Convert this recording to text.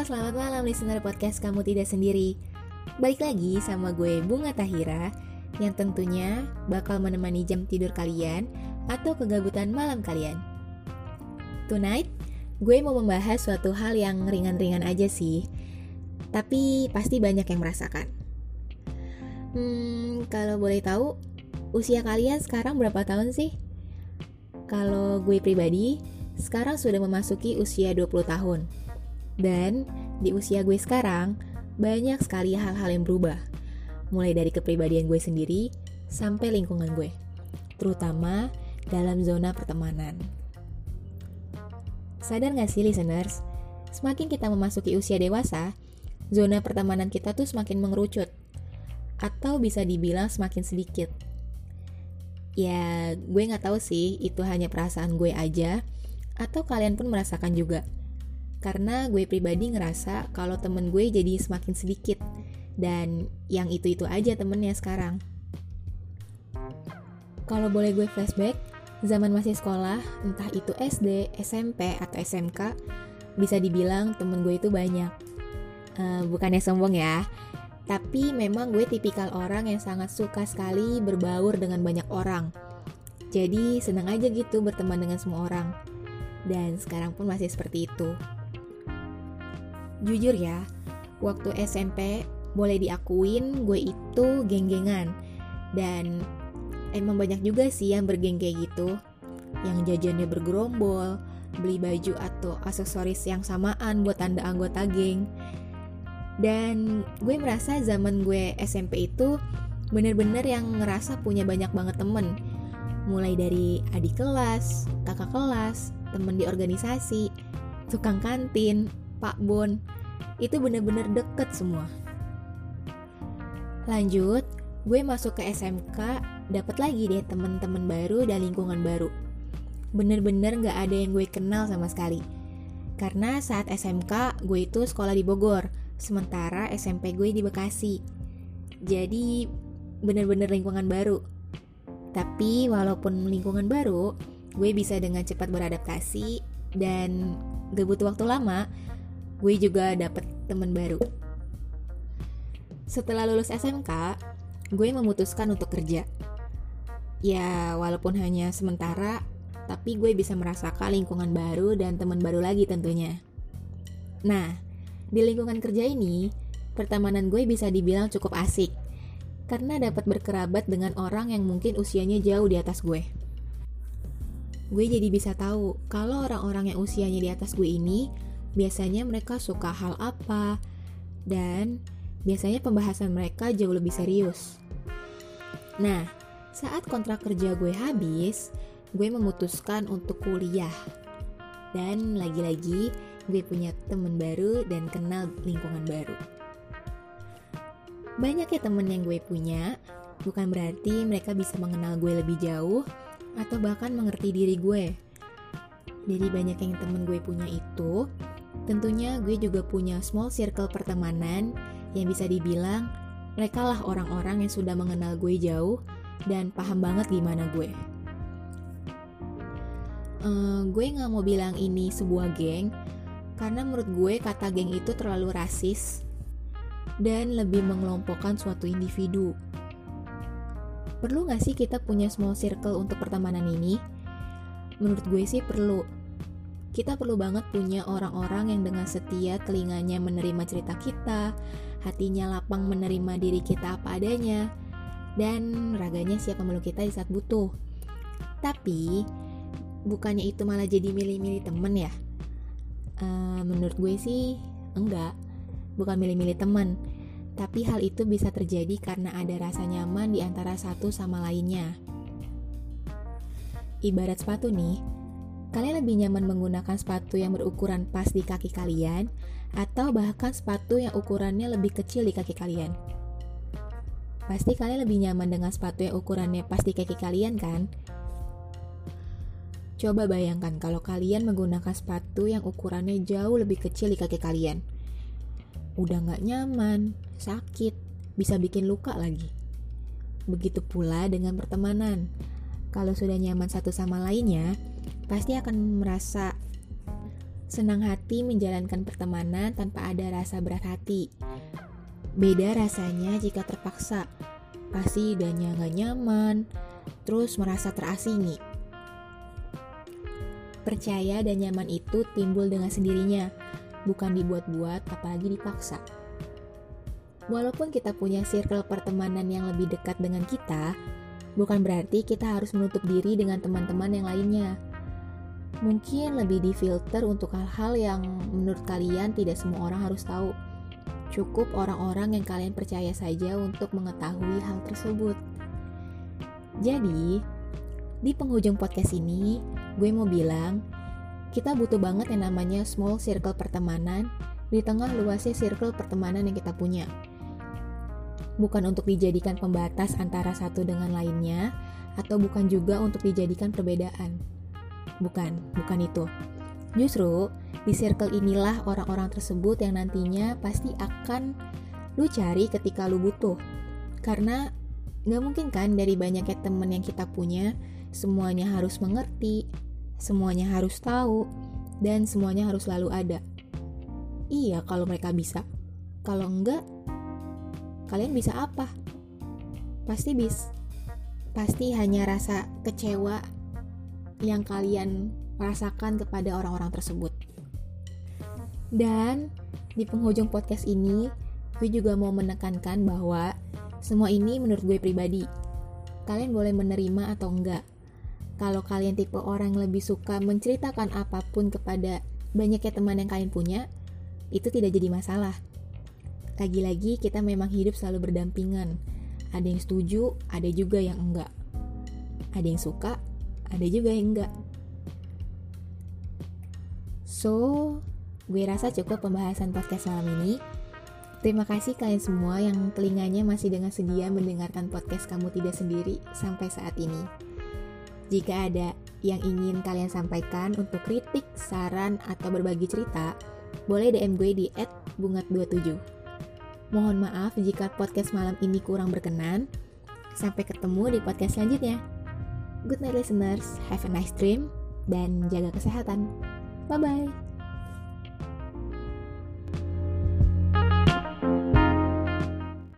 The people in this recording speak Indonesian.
selamat malam listener podcast Kamu Tidak Sendiri. Balik lagi sama gue Bunga Tahira, yang tentunya bakal menemani jam tidur kalian atau kegabutan malam kalian. Tonight, gue mau membahas suatu hal yang ringan-ringan aja sih, tapi pasti banyak yang merasakan. Kalau boleh tahu, usia kalian sekarang berapa tahun sih? Kalau gue pribadi, sekarang sudah memasuki usia 20 tahun. Dan di usia gue sekarang, banyak sekali hal-hal yang berubah. Mulai dari kepribadian gue sendiri, sampai lingkungan gue. Terutama dalam zona pertemanan. Sadar gak sih listeners? Semakin kita memasuki usia dewasa, zona pertemanan kita tuh semakin mengerucut. Atau bisa dibilang semakin sedikit. Ya, gue gak tahu sih itu hanya perasaan gue aja, atau kalian pun merasakan juga. Karena gue pribadi ngerasa kalau temen gue jadi semakin sedikit. Dan yang itu-itu aja temennya sekarang. Kalau boleh gue flashback, zaman masih sekolah, entah itu SD, SMP, atau SMK, bisa dibilang temen gue itu banyak. Bukannya sombong ya, tapi memang gue tipikal orang yang sangat suka sekali berbaur dengan banyak orang. Jadi senang aja gitu berteman dengan semua orang. Dan sekarang pun masih seperti itu. Jujur ya, waktu SMP boleh diakuin gue itu geng-gengan. Dan emang banyak juga sih yang bergeng kayak gitu, yang jajannya bergerombol, beli baju atau aksesoris yang samaan buat tanda anggota geng. Dan gue merasa zaman gue SMP itu bener-bener yang ngerasa punya banyak banget temen. Mulai dari adik kelas, kakak kelas, temen di organisasi, tukang kantin, Pak Bon, itu bener-bener deket semua. Lanjut, gue masuk ke SMK, dapet lagi deh temen-temen baru dan lingkungan baru. Bener-bener gak ada yang gue kenal sama sekali. Karena saat SMK, gue itu sekolah di Bogor, sementara SMP gue di Bekasi. Jadi, bener-bener lingkungan baru. Tapi, walaupun lingkungan baru, gue bisa dengan cepat beradaptasi dan gak butuh waktu lama, gue juga dapet temen baru. Setelah lulus SMK, gue memutuskan untuk kerja. Ya, walaupun hanya sementara, tapi gue bisa merasakan lingkungan baru dan teman baru lagi tentunya. Nah, di lingkungan kerja ini, pertemanan gue bisa dibilang cukup asik, karena dapat berkerabat dengan orang yang mungkin usianya jauh di atas gue. Gue jadi bisa tahu kalau orang-orang yang usianya di atas gue ini biasanya mereka suka hal apa, dan biasanya pembahasan mereka jauh lebih serius. Nah, saat kontrak kerja gue habis, gue memutuskan untuk kuliah. Dan lagi-lagi, gue punya temen baru dan kenal lingkungan baru. Banyak ya temen yang gue punya, bukan berarti mereka bisa mengenal gue lebih jauh, atau bahkan mengerti diri gue. Dari banyak yang temen gue punya itu, tentunya gue juga punya small circle pertemanan yang bisa dibilang mereka lah orang-orang yang sudah mengenal gue jauh dan paham banget gimana gue. Gue gak mau bilang ini sebuah geng, karena menurut gue kata geng itu terlalu rasis dan lebih mengelompokkan suatu individu. Perlu gak sih kita punya small circle untuk pertemanan ini? Menurut gue sih perlu. Kita perlu banget punya orang-orang yang dengan setia telinganya menerima cerita kita, hatinya lapang menerima diri kita apa adanya, dan raganya siap memeluk kita di saat butuh. Tapi, bukannya itu malah jadi milih-milih temen ya? Menurut gue sih, enggak. Bukan milih-milih temen. Tapi hal itu bisa terjadi karena ada rasa nyaman di antara satu sama lainnya. Ibarat sepatu nih, kalian lebih nyaman menggunakan sepatu yang berukuran pas di kaki kalian, atau bahkan sepatu yang ukurannya lebih kecil di kaki kalian? Pasti kalian lebih nyaman dengan sepatu yang ukurannya pas di kaki kalian kan? Coba bayangkan kalau kalian menggunakan sepatu yang ukurannya jauh lebih kecil di kaki kalian. Udah gak nyaman, sakit, bisa bikin luka lagi. Begitu pula dengan pertemanan. Kalau sudah nyaman satu sama lainnya, pasti akan merasa Senang hati menjalankan pertemanan tanpa ada rasa berat hati. Beda rasanya jika terpaksa, pasti idenya gak nyaman, terus merasa terasingi. Percaya dan nyaman itu timbul dengan sendirinya, bukan dibuat-buat apalagi dipaksa. Walaupun kita punya circle pertemanan yang lebih dekat dengan kita, bukan berarti kita harus menutup diri dengan teman-teman yang lainnya. Mungkin lebih difilter untuk hal-hal yang menurut kalian tidak semua orang harus tahu. Cukup orang-orang yang kalian percaya saja untuk mengetahui hal tersebut. Jadi, di penghujung podcast ini, gue mau bilang, kita butuh banget yang namanya small circle pertemanan di tengah luasnya circle pertemanan yang kita punya. Bukan untuk dijadikan pembatas antara satu dengan lainnya, atau bukan juga untuk dijadikan perbedaan. Bukan itu. Justru, di circle inilah orang-orang tersebut yang nantinya pasti akan lu cari ketika lu butuh. Karena gak mungkin kan dari banyaknya temen yang kita punya, semuanya harus mengerti, semuanya harus tahu, dan semuanya harus selalu ada. Iya kalau mereka bisa. Kalau enggak, kalian bisa apa? Pasti hanya rasa kecewa yang kalian rasakan kepada orang-orang tersebut. Dan di penghujung podcast ini, gue juga mau menekankan bahwa semua ini menurut gue pribadi. Kalian boleh menerima atau enggak. Kalau kalian tipe orang yang lebih suka menceritakan apapun kepada banyaknya teman yang kalian punya, itu tidak jadi masalah. Lagi-lagi kita memang hidup selalu berdampingan. Ada yang setuju, ada juga yang enggak. Ada yang suka, ada juga yang enggak. So, gue rasa cukup pembahasan podcast malam ini. Terima kasih kalian semua yang telinganya masih dengan sedia mendengarkan podcast Kamu Tidak Sendiri sampai saat ini. Jika ada yang ingin kalian sampaikan untuk kritik, saran, atau berbagi cerita, boleh DM gue di @bungat27. Mohon maaf jika podcast malam ini kurang berkenan. Sampai ketemu di podcast selanjutnya. Good night listeners, have a nice dream, dan jaga kesehatan. Bye-bye.